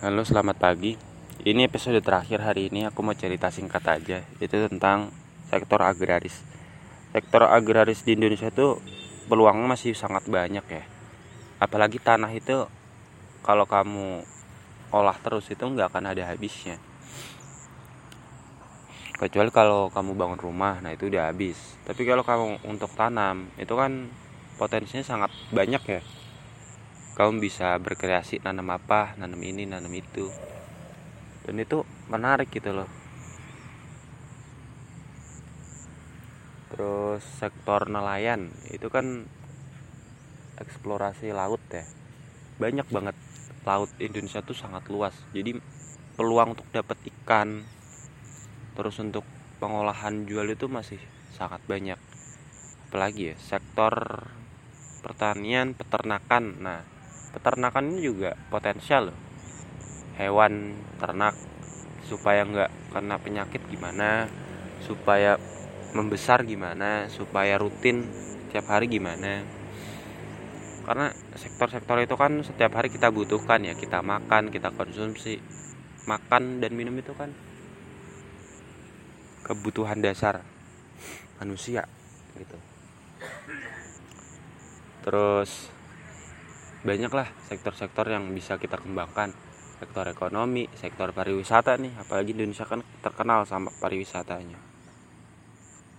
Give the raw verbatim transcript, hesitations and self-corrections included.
Halo, selamat pagi. Ini episode terakhir hari ini. Aku mau cerita singkat aja. Itu tentang sektor agraris. Sektor agraris di Indonesia itu peluangnya masih sangat banyak ya. Apalagi tanah itu kalau kamu olah terus itu nggak akan ada habisnya. Kecuali kalau kamu bangun rumah, nah itu udah habis. Tapi kalau kamu untuk tanam, itu kan potensinya sangat banyak ya. Kamu bisa berkreasi nanam apa, nanam ini, nanam itu. Dan itu menarik gitu loh. Terus sektor nelayan itu kan eksplorasi laut ya. Banyak banget, laut Indonesia tuh sangat luas. Jadi peluang untuk dapat ikan, terus untuk pengolahan jual itu masih sangat banyak. Apalagi ya sektor pertanian, peternakan. Nah, peternakan ini juga potensial loh. Hewan ternak supaya nggak kena penyakit gimana, supaya membesar gimana, supaya rutin setiap hari gimana. Karena sektor-sektor itu kan setiap hari kita butuhkan ya, kita makan, kita konsumsi. Makan dan minum itu kan kebutuhan dasar manusia gitu. Terus banyaklah sektor-sektor yang bisa kita kembangkan. Sektor ekonomi, sektor pariwisata nih, apalagi Indonesia kan terkenal sama pariwisatanya.